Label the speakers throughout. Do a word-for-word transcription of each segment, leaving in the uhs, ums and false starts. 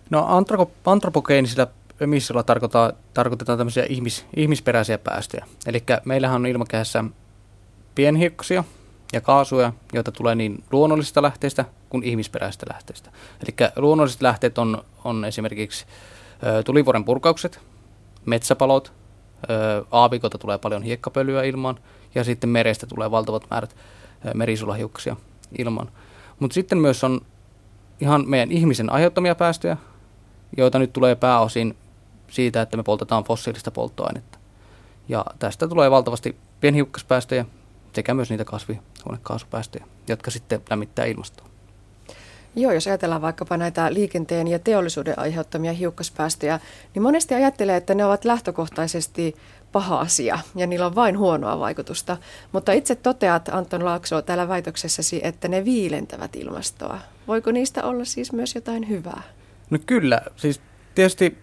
Speaker 1: No antropo, antropogeenisillä emissioilla tarkoitetaan, tarkoitetaan tämmöisiä ihmis, ihmisperäisiä päästöjä. Eli meillähän on ilmakehässä pienhiukkasia ja kaasuja, joita tulee niin luonnollisista lähteistä kuin ihmisperäisistä lähteistä. Eli luonnolliset lähteet on, on esimerkiksi ö, tulivuoren purkaukset, metsäpalot, ö, aavikolta tulee paljon hiekkapölyä ilmaan ja sitten merestä tulee valtavat määrät ö, merisulahiukkasia ilmaan. Mutta sitten myös on ihan meidän ihmisen aiheuttamia päästöjä, joita nyt tulee pääosin siitä, että me poltetaan fossiilista polttoainetta. Ja tästä tulee valtavasti pienhiukkaspäästöjä sekä myös niitä kasvihuonekaasupäästöjä, jotka sitten lämmittää ilmastoa.
Speaker 2: Joo, jos ajatellaan vaikkapa näitä liikenteen ja teollisuuden aiheuttamia hiukkaspäästöjä, niin monesti ajattelee, että ne ovat lähtökohtaisesti paha asia ja niillä on vain huonoa vaikutusta. Mutta itse toteat, Anton Laakso, täällä väitöksessäsi, että ne viilentävät ilmastoa. Voiko niistä olla siis myös jotain hyvää?
Speaker 1: No kyllä, siis tietysti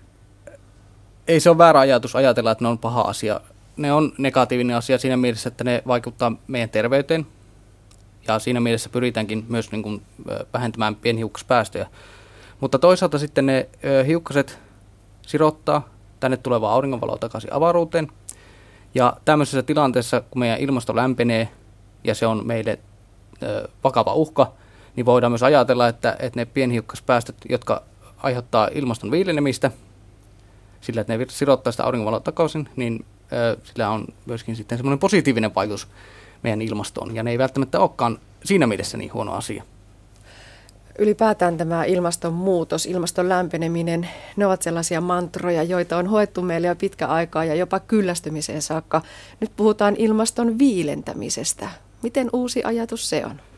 Speaker 1: ei se ole väärä ajatus ajatella, että ne on paha asia. Ne on negatiivinen asia siinä mielessä, että ne vaikuttaa meidän terveyteen. Ja siinä mielessä pyritäänkin myös niin kuin vähentämään pienhiukkaspäästöjä. Mutta toisaalta sitten ne hiukkaset sirottaa tänne tulevaa auringonvaloa takaisin avaruuteen. Ja tämmöisessä tilanteessa, kun meidän ilmasto lämpenee ja se on meille vakava uhka, niin voidaan myös ajatella, että, että ne pienhiukkaspäästöt, jotka aiheuttaa ilmaston viilenemistä, sillä että ne sirottaa sitä auringonvaloa takaisin, niin sillä on myöskin sitten semmoinen positiivinen vaikutus meidän ilmastoon, ja ne ei välttämättä olekaan siinä mielessä niin huono asia.
Speaker 2: Ylipäätään tämä ilmastonmuutos, ilmaston lämpeneminen, ne ovat sellaisia mantroja, joita on hoettu meille jo pitkä aikaa ja jopa kyllästymiseen saakka. Nyt puhutaan ilmaston viilentämisestä. Miten uusi ajatus se on?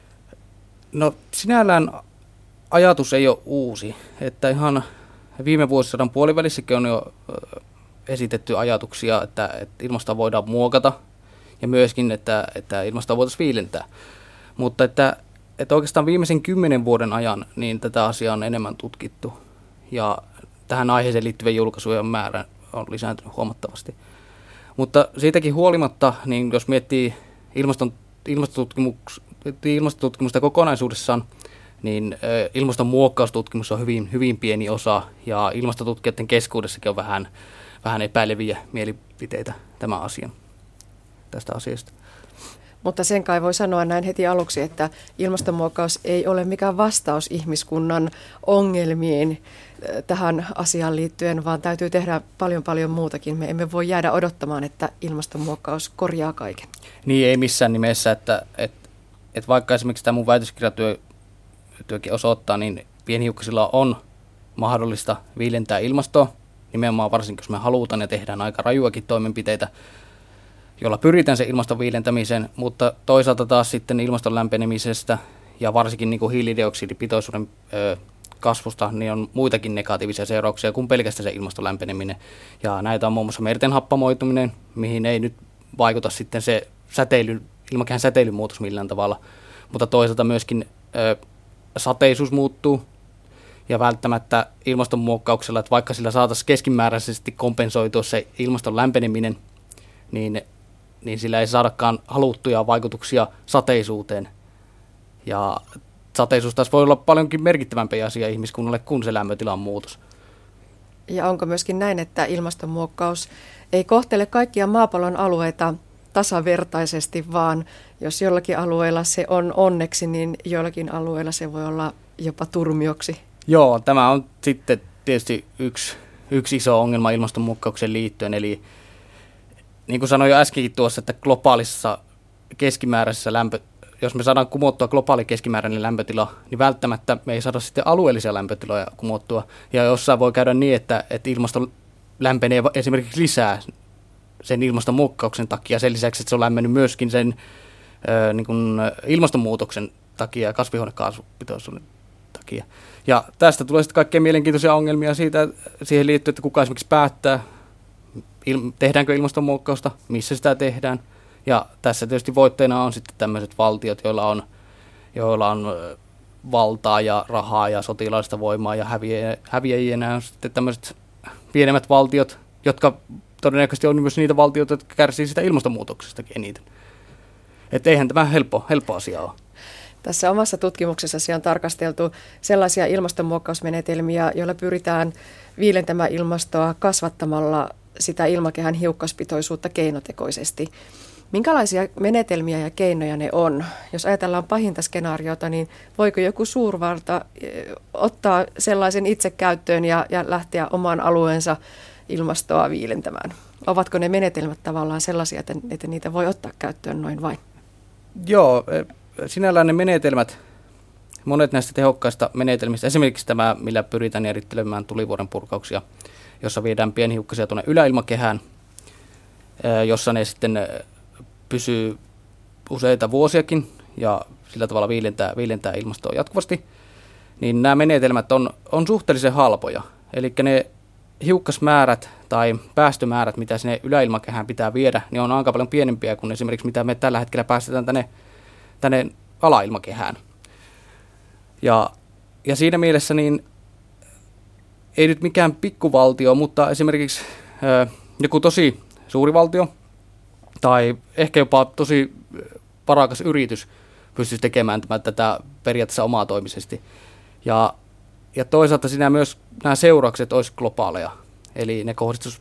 Speaker 1: No sinällään ajatus ei ole uusi, että ihan viime vuosisadan puolivälissäkin on jo esitetty ajatuksia, että, että ilmastoa voidaan muokata ja myöskin, että, että ilmastoa voitaisiin viilentää. Mutta että, että oikeastaan viimeisen kymmenen vuoden ajan niin tätä asiaa on enemmän tutkittu ja tähän aiheeseen liittyvien julkaisujen määrä on lisääntynyt huomattavasti. Mutta siitäkin huolimatta, niin jos miettii ilmaston, ilmastotutkimus, ilmastotutkimusta kokonaisuudessaan, niin ilmastonmuokkaustutkimus on hyvin, hyvin pieni osa ja ilmastotutkijoiden keskuudessakin on vähän, vähän epäileviä mielipiteitä tämän asian, tästä asiasta.
Speaker 2: Mutta sen kai voi sanoa näin heti aluksi, että ilmastonmuokkaus ei ole mikään vastaus ihmiskunnan ongelmiin tähän asiaan liittyen, vaan täytyy tehdä paljon paljon muutakin. Me emme voi jäädä odottamaan, että ilmastonmuokkaus korjaa kaiken.
Speaker 1: Niin ei missään nimessä, että, että, että vaikka esimerkiksi tämä mun väitöskirjatyökin osoittaa, niin pienhiukkasilla on mahdollista viilentää ilmastoa, nimenomaan varsinkin jos me halutaan ja tehdään aika rajuakin toimenpiteitä, jolla pyritään sen ilmaston viilentämiseen, mutta toisaalta taas sitten ilmaston lämpenemisestä ja varsinkin niin kuin hiilidioksidipitoisuuden ö, kasvusta, niin on muitakin negatiivisia seurauksia kuin pelkästään se ilmaston lämpeneminen. Ja näitä on muun muassa merten happamoituminen, mihin ei nyt vaikuta sitten se säteily, ilmakehän säteilymuutos millään tavalla, mutta toisaalta myöskin ö, sateisuus muuttuu ja välttämättä ilmastonmuokkauksella, että vaikka sillä saataisiin keskimääräisesti kompensoitua se ilmaston lämpeneminen, niin niin sillä ei saadakaan haluttuja vaikutuksia sateisuuteen. Ja sateisuus taas voi olla paljonkin merkittävämpi asia ihmiskunnalle kuin se lämpötilan muutos.
Speaker 2: Ja onko myöskin näin, että ilmastonmuokkaus ei kohtele kaikkia maapallon alueita tasavertaisesti, vaan jos jollakin alueella se on onneksi, niin joillakin alueilla se voi olla jopa turmioksi? Joo,
Speaker 1: tämä on sitten tietysti yksi, yksi iso ongelma ilmastonmuokkaukseen liittyen, eli niin kuin sanoin jo äskenkin tuossa, että globaalissa keskimääräisessä lämpö, jos me saadaan kumottua globaali keskimääräinen lämpötila, niin välttämättä me ei saada sitten alueellisia lämpötiloja kumottua. Ja jossain voi käydä niin, että, että ilmasto lämpenee esimerkiksi lisää sen ilmastonmuokkauksen takia, sen lisäksi, että se on lämmennyt myöskin sen ö, niin kuin ilmastonmuutoksen takia ja kasvihuonekaasupitoisuuden takia. Ja tästä tulee sitten kaikkein mielenkiintoisia ongelmia siitä, siihen liittyen, että kuka esimerkiksi päättää, tehdäänkö ilmastonmuokkausta, missä sitä tehdään. Ja tässä tietysti voitteena on sitten tämmöiset valtiot, joilla on, joilla on valtaa ja rahaa ja sotilaallista voimaa ja häviäjinä on sitten tämmöiset pienemmät valtiot, jotka todennäköisesti on myös niitä valtioita, jotka kärsii sitä ilmastonmuutoksestakin eniten. Että eihän tämä helppo, helppo asia ole.
Speaker 2: Tässä omassa tutkimuksessasi on tarkasteltu sellaisia ilmastonmuokkausmenetelmiä, joilla pyritään viilentämään ilmastoa kasvattamalla sitä ilmakehän hiukkaspitoisuutta keinotekoisesti. Minkälaisia menetelmiä ja keinoja ne on? Jos ajatellaan pahinta skenaariota, niin voiko joku suurvalta ottaa sellaisen itse käyttöön ja, ja lähteä oman alueensa ilmastoa viilentämään? Ovatko ne menetelmät tavallaan sellaisia, että, että niitä voi ottaa käyttöön noin vain?
Speaker 1: Joo, sinällään ne menetelmät, monet näistä tehokkaista menetelmistä, esimerkiksi tämä, millä pyritään erittelemään tulivuoren purkauksia, jossa viedään pienhiukkasia tuonne yläilmakehään, jossa ne sitten pysyy useita vuosiakin ja sillä tavalla viilentää, viilentää ilmastoa jatkuvasti, niin nämä menetelmät on, on suhteellisen halpoja. Eli ne hiukkasmäärät tai päästömäärät, mitä sinne yläilmakehään pitää viedä, niin on aika paljon pienempiä kuin esimerkiksi mitä me tällä hetkellä päästetään tänne, tänne alailmakehään. Ja, ja siinä mielessä niin ei nyt mikään pikkuvaltio, mutta esimerkiksi ö, joku tosi suuri valtio tai ehkä jopa tosi varakas yritys pystyisi tekemään tämän, tätä periaatteessa omatoimisesti. Ja, ja toisaalta siinä myös nämä seuraukset olisi globaaleja, eli ne kohdistuisi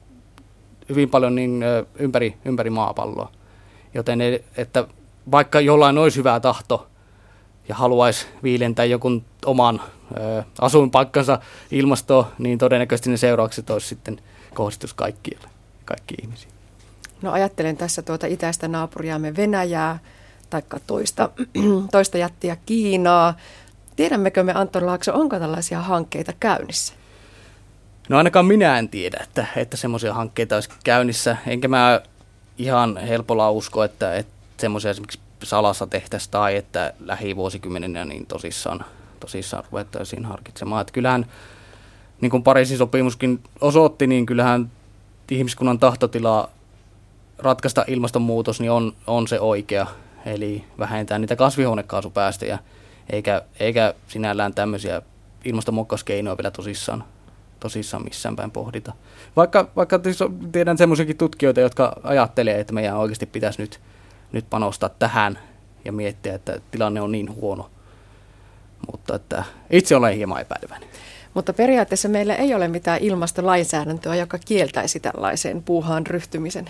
Speaker 1: hyvin paljon niin ympäri, ympäri maapalloa. Joten ei, että vaikka jollain olisi hyvä tahto ja haluaisi viilentää jonkun oman ö, asuinpaikkansa ilmastoon, niin todennäköisesti ne seuraukset olisi sitten kohdistus kaikkialle, kaikkiin ihmisiin.
Speaker 2: No ajattelen tässä tuota itäistä naapuriamme Venäjää, taikka toista, toista jättiä Kiinaa. Tiedämmekö me, Anton Laakso, onko tällaisia hankkeita käynnissä?
Speaker 1: No ainakaan minä en tiedä, että, että semmoisia hankkeita olisi käynnissä. Enkä mä ihan helpolla usko, että, että semmoisia esimerkiksi salassa tehtäisiin tai että lähivuosikymmeninä niin tosissaan, tosissaan ruvettaisiin harkitsemaan. Että kyllähän, niin kuin Pariisin sopimuskin osoitti, niin kyllähän ihmiskunnan tahtotila ratkaista ilmastonmuutos niin on, on se oikea, eli vähentää niitä kasvihuonekaasupäästöjä, eikä, eikä sinällään tämmöisiä ilmastonmuokkauskeinoja vielä tosissaan, tosissaan missään päin pohdita. Vaikka, vaikka tiedän semmoisiakin tutkijoita, jotka ajattelee, että meidän oikeasti pitäisi nyt, nyt panostaa tähän ja miettiä, että tilanne on niin huono, mutta että itse olen hieman epäileväinen.
Speaker 2: Mutta periaatteessa meillä ei ole mitään ilmastolainsäädäntöä, joka kieltäisi tällaiseen puuhaan ryhtymisen.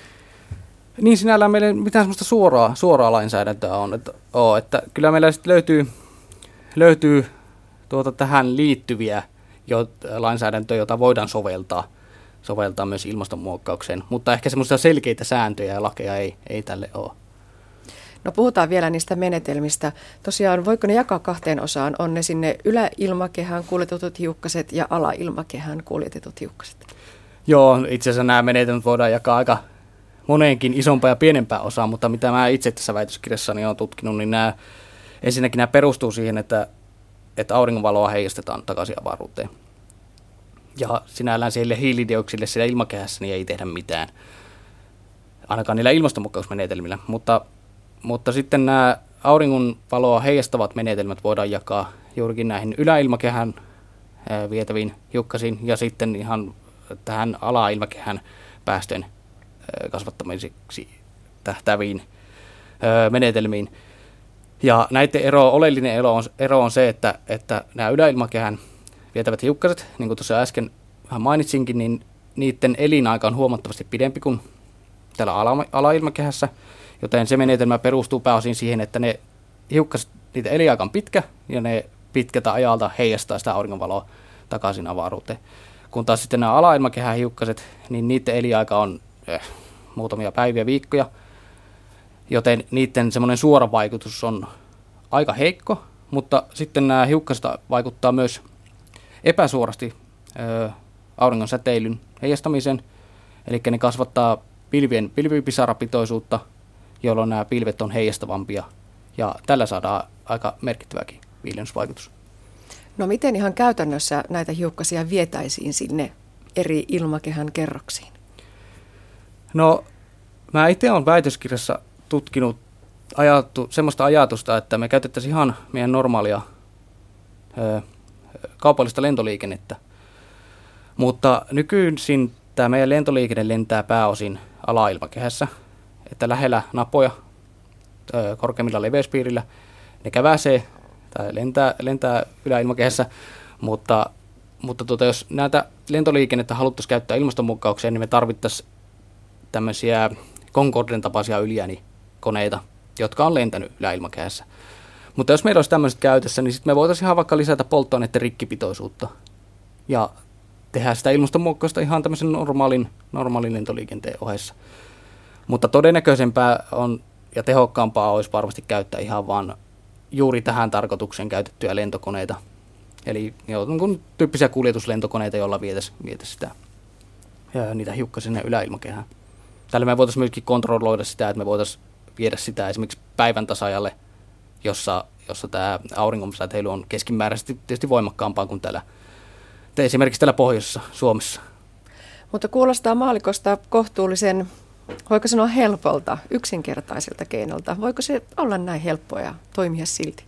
Speaker 1: Niin sinällään meillä ei mitään sellaista suoraa, suoraa lainsäädäntöä on, että, on, että kyllä meillä sitten löytyy, löytyy tuota tähän liittyviä jo, lainsäädäntöjä, joita voidaan soveltaa, soveltaa myös ilmastonmuokkaukseen, mutta ehkä semmoisia selkeitä sääntöjä ja lakeja ei, ei tälle ole.
Speaker 2: No puhutaan vielä niistä menetelmistä. Tosiaan voiko ne jakaa kahteen osaan? On ne sinne yläilmakehään kuljetetut hiukkaset ja alailmakehään kuljetetut hiukkaset? Joo,
Speaker 1: itse asiassa nämä menetelmät voidaan jakaa aika moneenkin isompaa ja pienempää osaa, mutta mitä mä itse tässä väitöskirjassani olen tutkinut, niin nämä, ensinnäkin nämä perustuu siihen, että, että auringonvaloa heijastetaan takaisin avaruuteen. Ja sinällään siellä hiilidioksille siellä ilmakehässä niin ei tehdä mitään, ainakaan niillä ilmastonmuokkausmenetelmillä, mutta Mutta sitten nämä auringonvaloa heijastavat menetelmät voidaan jakaa juurikin näihin yläilmakehän vietäviin hiukkasiin ja sitten ihan tähän alailmakehän päästöjen kasvattamiseksi tähtäviin menetelmiin. Ja näiden ero, oleellinen ero on, ero on se, että, että nämä yläilmakehän vietävät hiukkaset, niin kuin tuossa äsken vähän mainitsinkin, niin niiden elinaika on huomattavasti pidempi kuin täällä ala, alailmakehässä. Joten se menetelmä perustuu pääosin siihen, että ne hiukkaset, niitä elinaika on pitkä ja ne pitkältä ajalta heijastaa sitä auringonvaloa takaisin avaruuteen. Kun taas sitten nämä alailmakehän hiukkaset, niin niiden elinaika on eh, muutamia päiviä, viikkoja, joten niiden semmoinen suora vaikutus on aika heikko, mutta sitten nämä hiukkaset vaikuttaa myös epäsuorasti eh, auringon säteilyn heijastamisen, eli ne kasvattaa pilvien pilvipisarapitoisuutta, jolloin nämä pilvet on heijastavampia, ja tällä saadaan aika merkittäväkin viilennysvaikutus.
Speaker 2: No miten ihan käytännössä näitä hiukkasia vietäisiin sinne eri ilmakehän kerroksiin?
Speaker 1: No mä itse olen väitöskirjassa tutkinut ajattu, semmoista ajatusta, että me käytettäisiin ihan meidän normaalia ö, kaupallista lentoliikennettä, mutta nykyisin tämä meidän lentoliikenne lentää pääosin alailmakehässä, että lähellä napoja korkeimmilla leveyspiirillä, ne käväsee tai lentää, lentää yläilmakehässä, mutta, mutta tuota, jos näitä lentoliikennettä haluttaisiin käyttää ilmastonmuokkaukseen, niin me tarvittaisiin tämmöisiä Concorden tapaisia yliäänikoneita, jotka on lentänyt yläilmakehässä. Mutta jos meillä olisi tämmöiset käytössä, niin sitten me voitaisiin ihan vaikka lisätä polttoaineiden rikkipitoisuutta ja tehdä sitä ilmastonmuokkausta ihan tämmöisen normaalin, normaalin lentoliikenteen ohessa. Mutta todennäköisempää on ja tehokkaampaa olisi varmasti käyttää ihan vaan juuri tähän tarkoitukseen käytettyjä lentokoneita. Eli niin tyyppisiä kuljetuslentokoneita, joilla vietäisiin vietäisi sitä ja niitä hiukkasia sinne yläilmakehään. Tällä me voitaisiin myöskin kontrolloida sitä, että me voitaisiin viedä sitä esimerkiksi päivän tasajalle, jossa, jossa tämä auringonsäteily on keskimääräisesti tietysti voimakkaampaa kuin täällä, esimerkiksi täällä pohjoisessa Suomessa.
Speaker 2: Mutta kuulostaa maallikosta kohtuullisen, voiko sanoa helpolta, yksinkertaiselta keinolta. Voiko se olla näin helppoa ja toimia silti?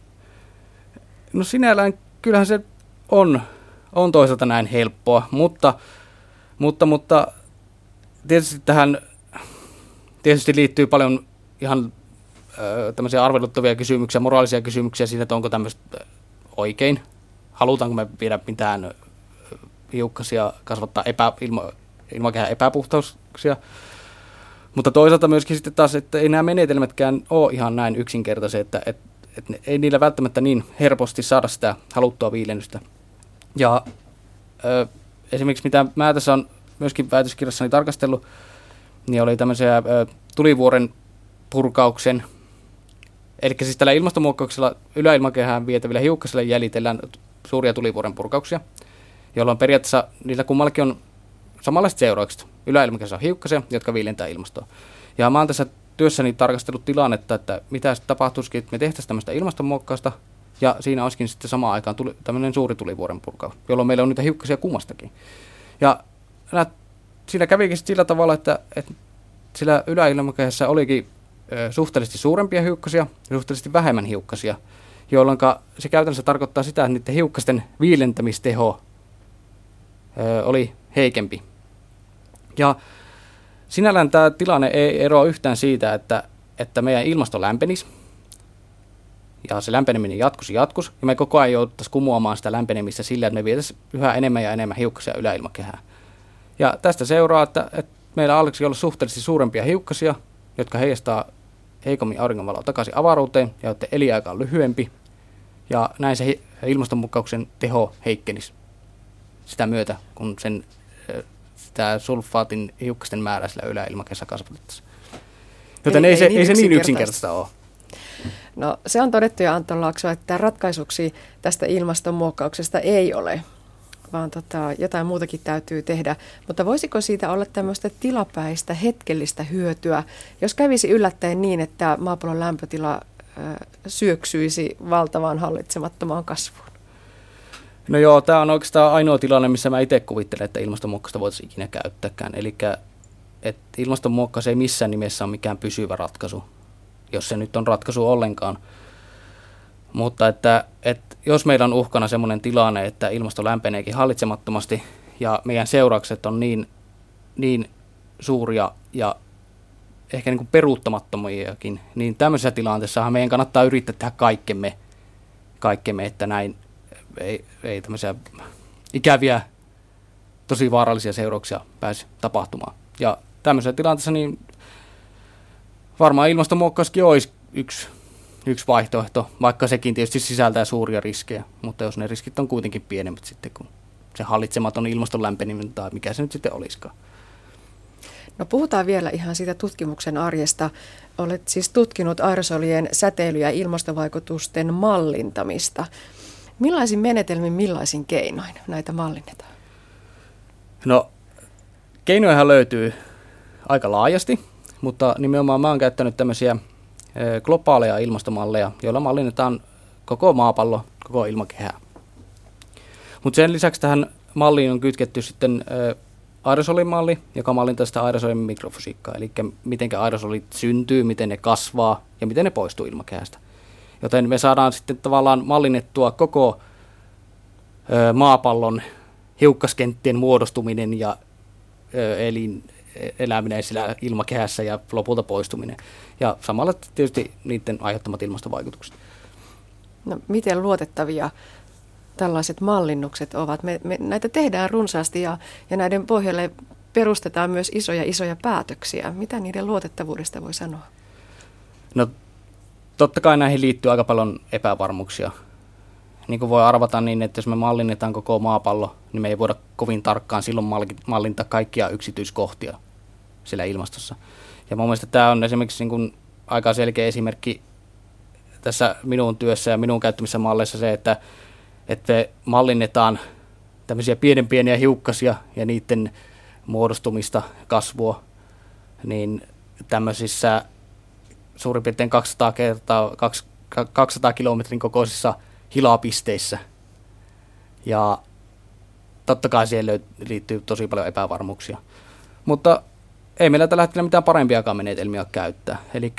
Speaker 1: No sinällään kyllähän se on, on toisaalta näin helppoa, mutta, mutta, mutta tietysti tähän tietysti liittyy paljon ihan ö, tämmöisiä arveluttavia kysymyksiä, moraalisia kysymyksiä siitä, että onko tämmöistä oikein. Halutaanko me viedä mitään hiukkasia, kasvattaa epä, ilma, ilmakehän epäpuhtauksia. Mutta toisaalta myöskin sitten taas, että ei nämä menetelmätkään ole ihan näin yksinkertaisia, että, että, että ei niillä välttämättä niin helposti saada sitä haluttua viilennystä. Ja ö, esimerkiksi mitä mä tässä on myöskin väitöskirjassani tarkastellut, niin oli tämmöisiä ö, tulivuoren purkauksen, eli siis tällä ilmastonmuokkauksella yläilmakehään vietävillä hiukkasilla jäljitellään suuria tulivuoren purkauksia, jolloin periaatteessa niillä kummallakin on samanlaiset seuraukset. Yläilmakehässä on hiukkasia, jotka viilentää ilmastoa. Ja mä oon tässä työssäni tarkastellut tilannetta, että mitä tapahtuisikin, että me tehtäisiin tämmöistä ilmastonmuokkausta, ja siinä olisikin sitten samaan aikaan tuli, tämmöinen suuri tulivuoren purkaus, jolloin meillä on niitä hiukkasia kummastakin. Ja nää, siinä kävikin sillä tavalla, että, että sillä yläilmakehässä olikin ö, suhteellisesti suurempia hiukkasia ja suhteellisesti vähemmän hiukkasia, jolloin se käytännössä tarkoittaa sitä, että niiden hiukkasten viilentämisteho ö, oli heikempi. Ja sinällään tämä tilanne ei eroa yhtään siitä, että, että meidän ilmasto lämpenisi ja se lämpeneminen jatkuisi jatkuisi ja me koko ajan jouduttaisiin kumoamaan sitä lämpenemistä sillä, että me vietäisiin yhä enemmän ja enemmän hiukkasia yläilmakehään. Ja tästä seuraa, että, että meillä alkaisi olla suhteellisesti suurempia hiukkasia, jotka heijastaa heikommin auringonvaloa takaisin avaruuteen ja joiden elinaika on lyhyempi. Ja näin se ilmastonmuokkauksen teho heikkenisi sitä myötä, kun sen sitä sulfaatin hiukkasten määrää sillä yläilmakehässä kasvatettaisiin. Joten ei, ei, se, ei, niin, ei se niin yksinkertaista ole.
Speaker 2: No se on todettu jo, Anton Laakso, että ratkaisuksi tästä ilmastonmuokkauksesta ei ole, vaan tota, jotain muutakin täytyy tehdä. Mutta voisiko siitä olla tämmöistä tilapäistä, hetkellistä hyötyä, jos kävisi yllättäen niin, että maapallon lämpötila ö, syöksyisi valtavaan hallitsemattomaan kasvuun?
Speaker 1: No joo, tämä on oikeastaan ainoa tilanne, missä mä itse kuvittelen, että ilmastonmuokkausta voitaisiin ikinä käyttääkään. Eli että ilmastonmuokkaus ei missään nimessä ole mikään pysyvä ratkaisu, jos se nyt on ratkaisu ollenkaan. Mutta että, että jos meillä on uhkana sellainen tilanne, että ilmasto lämpeneekin hallitsemattomasti ja meidän seuraukset on niin, niin suuria ja ehkä niin kuin peruuttamattomiakin, niin tämmöisessä tilanteessahan meidän kannattaa yrittää tehdä kaikkemme, kaikkemme että näin ei, ei tämmöisiä ikäviä, tosi vaarallisia seurauksia pääse tapahtumaan. Ja tämmöisessä tilanteessa niin varmaan ilmastonmuokkauskin olisi yksi, yksi vaihtoehto, vaikka sekin tietysti sisältää suuria riskejä, mutta jos ne riskit on kuitenkin pienemmät sitten kuin se hallitsematon ilmaston lämpeneminen tai mikä se nyt sitten olisikaan.
Speaker 2: No puhutaan vielä ihan siitä tutkimuksen arjesta. Olet siis tutkinut aerosolien säteily- ja ilmastovaikutusten mallintamista. Millaisin menetelmin, millaisin keinoin näitä mallinnetaan?
Speaker 1: No keinojahan löytyy aika laajasti, mutta nimenomaan mä oon käyttänyt tämmöisiä globaaleja ilmastomalleja, joilla mallinnetaan koko maapallo, koko ilmakehää. Mutta sen lisäksi tähän malliin on kytketty sitten aerosolimalli, joka mallintaa sitä aerosolin mikrofysiikkaa, eli miten aerosolit syntyy, miten ne kasvaa ja miten ne poistuu ilmakehästä. Joten me saadaan sitten tavallaan mallinnettua koko ö, maapallon hiukkaskenttien muodostuminen ja ö, elin, eläminen sillä ilmakehässä ja lopulta poistuminen. Ja samalla tietysti niiden aiheuttamat ilmastovaikutukset.
Speaker 2: No, miten luotettavia tällaiset mallinnukset ovat? Me, me, näitä tehdään runsaasti ja, ja näiden pohjalle perustetaan myös isoja isoja päätöksiä. Mitä niiden luotettavuudesta voi sanoa?
Speaker 1: No totta kai näihin liittyy aika paljon epävarmuuksia. Niin kuin voi arvata niin, että jos me mallinnetaan koko maapallo, niin me ei voida kovin tarkkaan silloin mallintaa kaikkia yksityiskohtia siellä ilmastossa. Ja mun mielestä tämä on esimerkiksi niin kuin aika selkeä esimerkki tässä minun työssä ja minun käyttämissä malleissa se, että, että me mallinnetaan tämmöisiä pienen pieniä hiukkasia ja niiden muodostumista, kasvua, niin tämmöisissä suurin piirtein kaksisataa kertaa, kaksisataa kilometrin kokoisissa hilapisteissä. Ja totta kai siihen liittyy tosi paljon epävarmuuksia. Mutta ei meillä tällä hetkellä mitään parempiakaan menetelmiä käyttää. Eli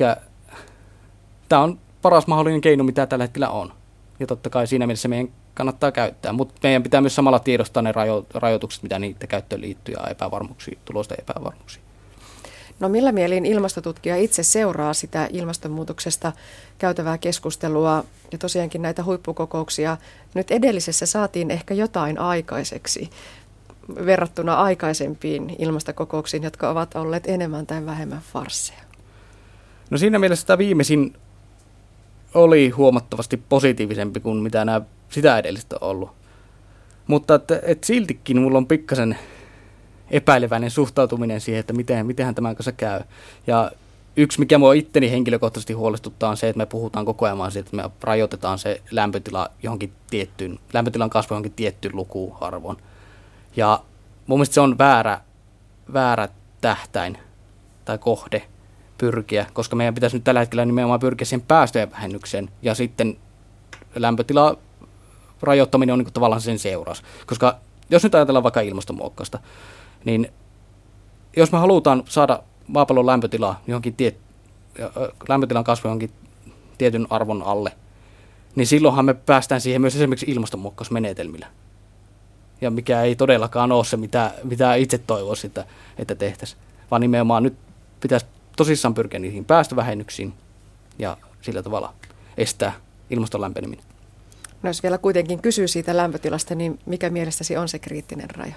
Speaker 1: tämä on paras mahdollinen keino, mitä tällä hetkellä on. Ja totta kai siinä mielessä meidän kannattaa käyttää. Mutta meidän pitää myös samalla tiedostaa ne rajo- rajoitukset, mitä niiden käyttöön liittyy ja epävarmuuksia, tulosten epävarmuuksia.
Speaker 2: No millä mielin ilmastotutkija itse seuraa sitä ilmastonmuutoksesta käytävää keskustelua ja tosiaankin näitä huippukokouksia? Nyt edellisessä saatiin ehkä jotain aikaiseksi verrattuna aikaisempiin ilmastokokouksiin, jotka ovat olleet enemmän tai vähemmän farsseja.
Speaker 1: No siinä mielessä tämä viimeisin oli huomattavasti positiivisempi kuin mitä nämä sitä edellistä on ollut. Mutta että, että siltikin mulla on pikkasen epäileväinen suhtautuminen siihen, että miten, mitenhän tämän kanssa käy. Ja yksi, mikä mua itteni henkilökohtaisesti huolestuttaa, on se, että me puhutaan koko ajan siitä, että me rajoitetaan se lämpötila johonkin tiettyyn, lämpötilan kasvu johonkin tiettyyn lukuarvoon. Ja mun mielestä se on väärä, väärä tähtäin tai kohde pyrkiä, koska meidän pitäisi nyt tällä hetkellä nimenomaan pyrkiä siihen päästöjen vähennykseen ja sitten lämpötila rajoittaminen on niin kuin tavallaan sen seuraus. Koska jos nyt ajatellaan vaikka ilmastonmuokkausta, niin jos me halutaan saada maapallon lämpötila johonkin tiet, lämpötilan kasvu johonkin tietyn arvon alle, niin silloinhan me päästään siihen myös esimerkiksi ilmastonmuokkausmenetelmillä. Ja mikä ei todellakaan ole se, mitä, mitä itse toivoisin, että, että tehtäisiin. Vaan nimenomaan nyt pitäisi tosissaan pyrkiä niihin päästövähennyksiin ja sillä tavalla estää ilmaston lämpeneminen.
Speaker 2: No jos vielä kuitenkin kysyy siitä lämpötilasta, niin mikä mielestäsi on se kriittinen raja?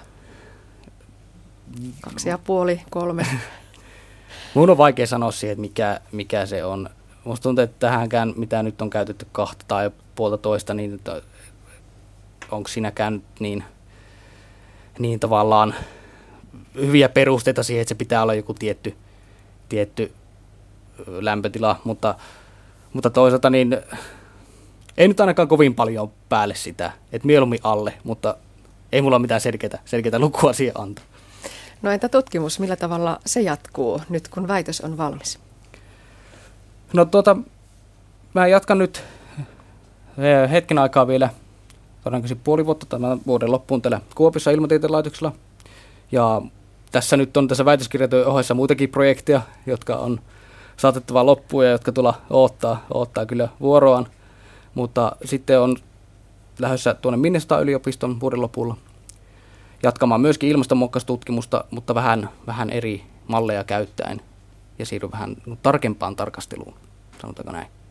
Speaker 2: Kaksi ja puoli, kolme?
Speaker 1: Mun on vaikea sanoa siihen, että mikä, mikä se on. Musta tuntuu, että tähänkään, mitä nyt on käytetty kahta tai puolta toista, niin onko siinäkään niin, niin tavallaan hyviä perusteita siihen, että se pitää olla joku tietty, tietty lämpötila, mutta, mutta toisaalta niin ei nyt ainakaan kovin paljon päälle sitä, että mieluummin alle, mutta ei mulla ole mitään selkeää, selkeää lukua siihen antaa.
Speaker 2: No entä tutkimus, millä tavalla se jatkuu nyt, kun väitös on valmis?
Speaker 1: No tuota, mä jatkan nyt hetken aikaa vielä, todennäköisesti puoli vuotta tämän vuoden loppuun täällä Kuopiossa ilmatieteen laitoksella. Ja tässä nyt on tässä väitöskirjatyön ohessa muitakin projekteja, jotka on saatettava loppuun ja jotka tulla odottaa, odottaa kyllä vuoroaan. Mutta sitten on lähdössä tuonne Minnesota-yliopiston vuoden lopulla jatkamaan myöskin ilmastonmuokkaustutkimusta, mutta vähän, vähän eri malleja käyttäen ja siirry vähän tarkempaan tarkasteluun, sanotaanko näin.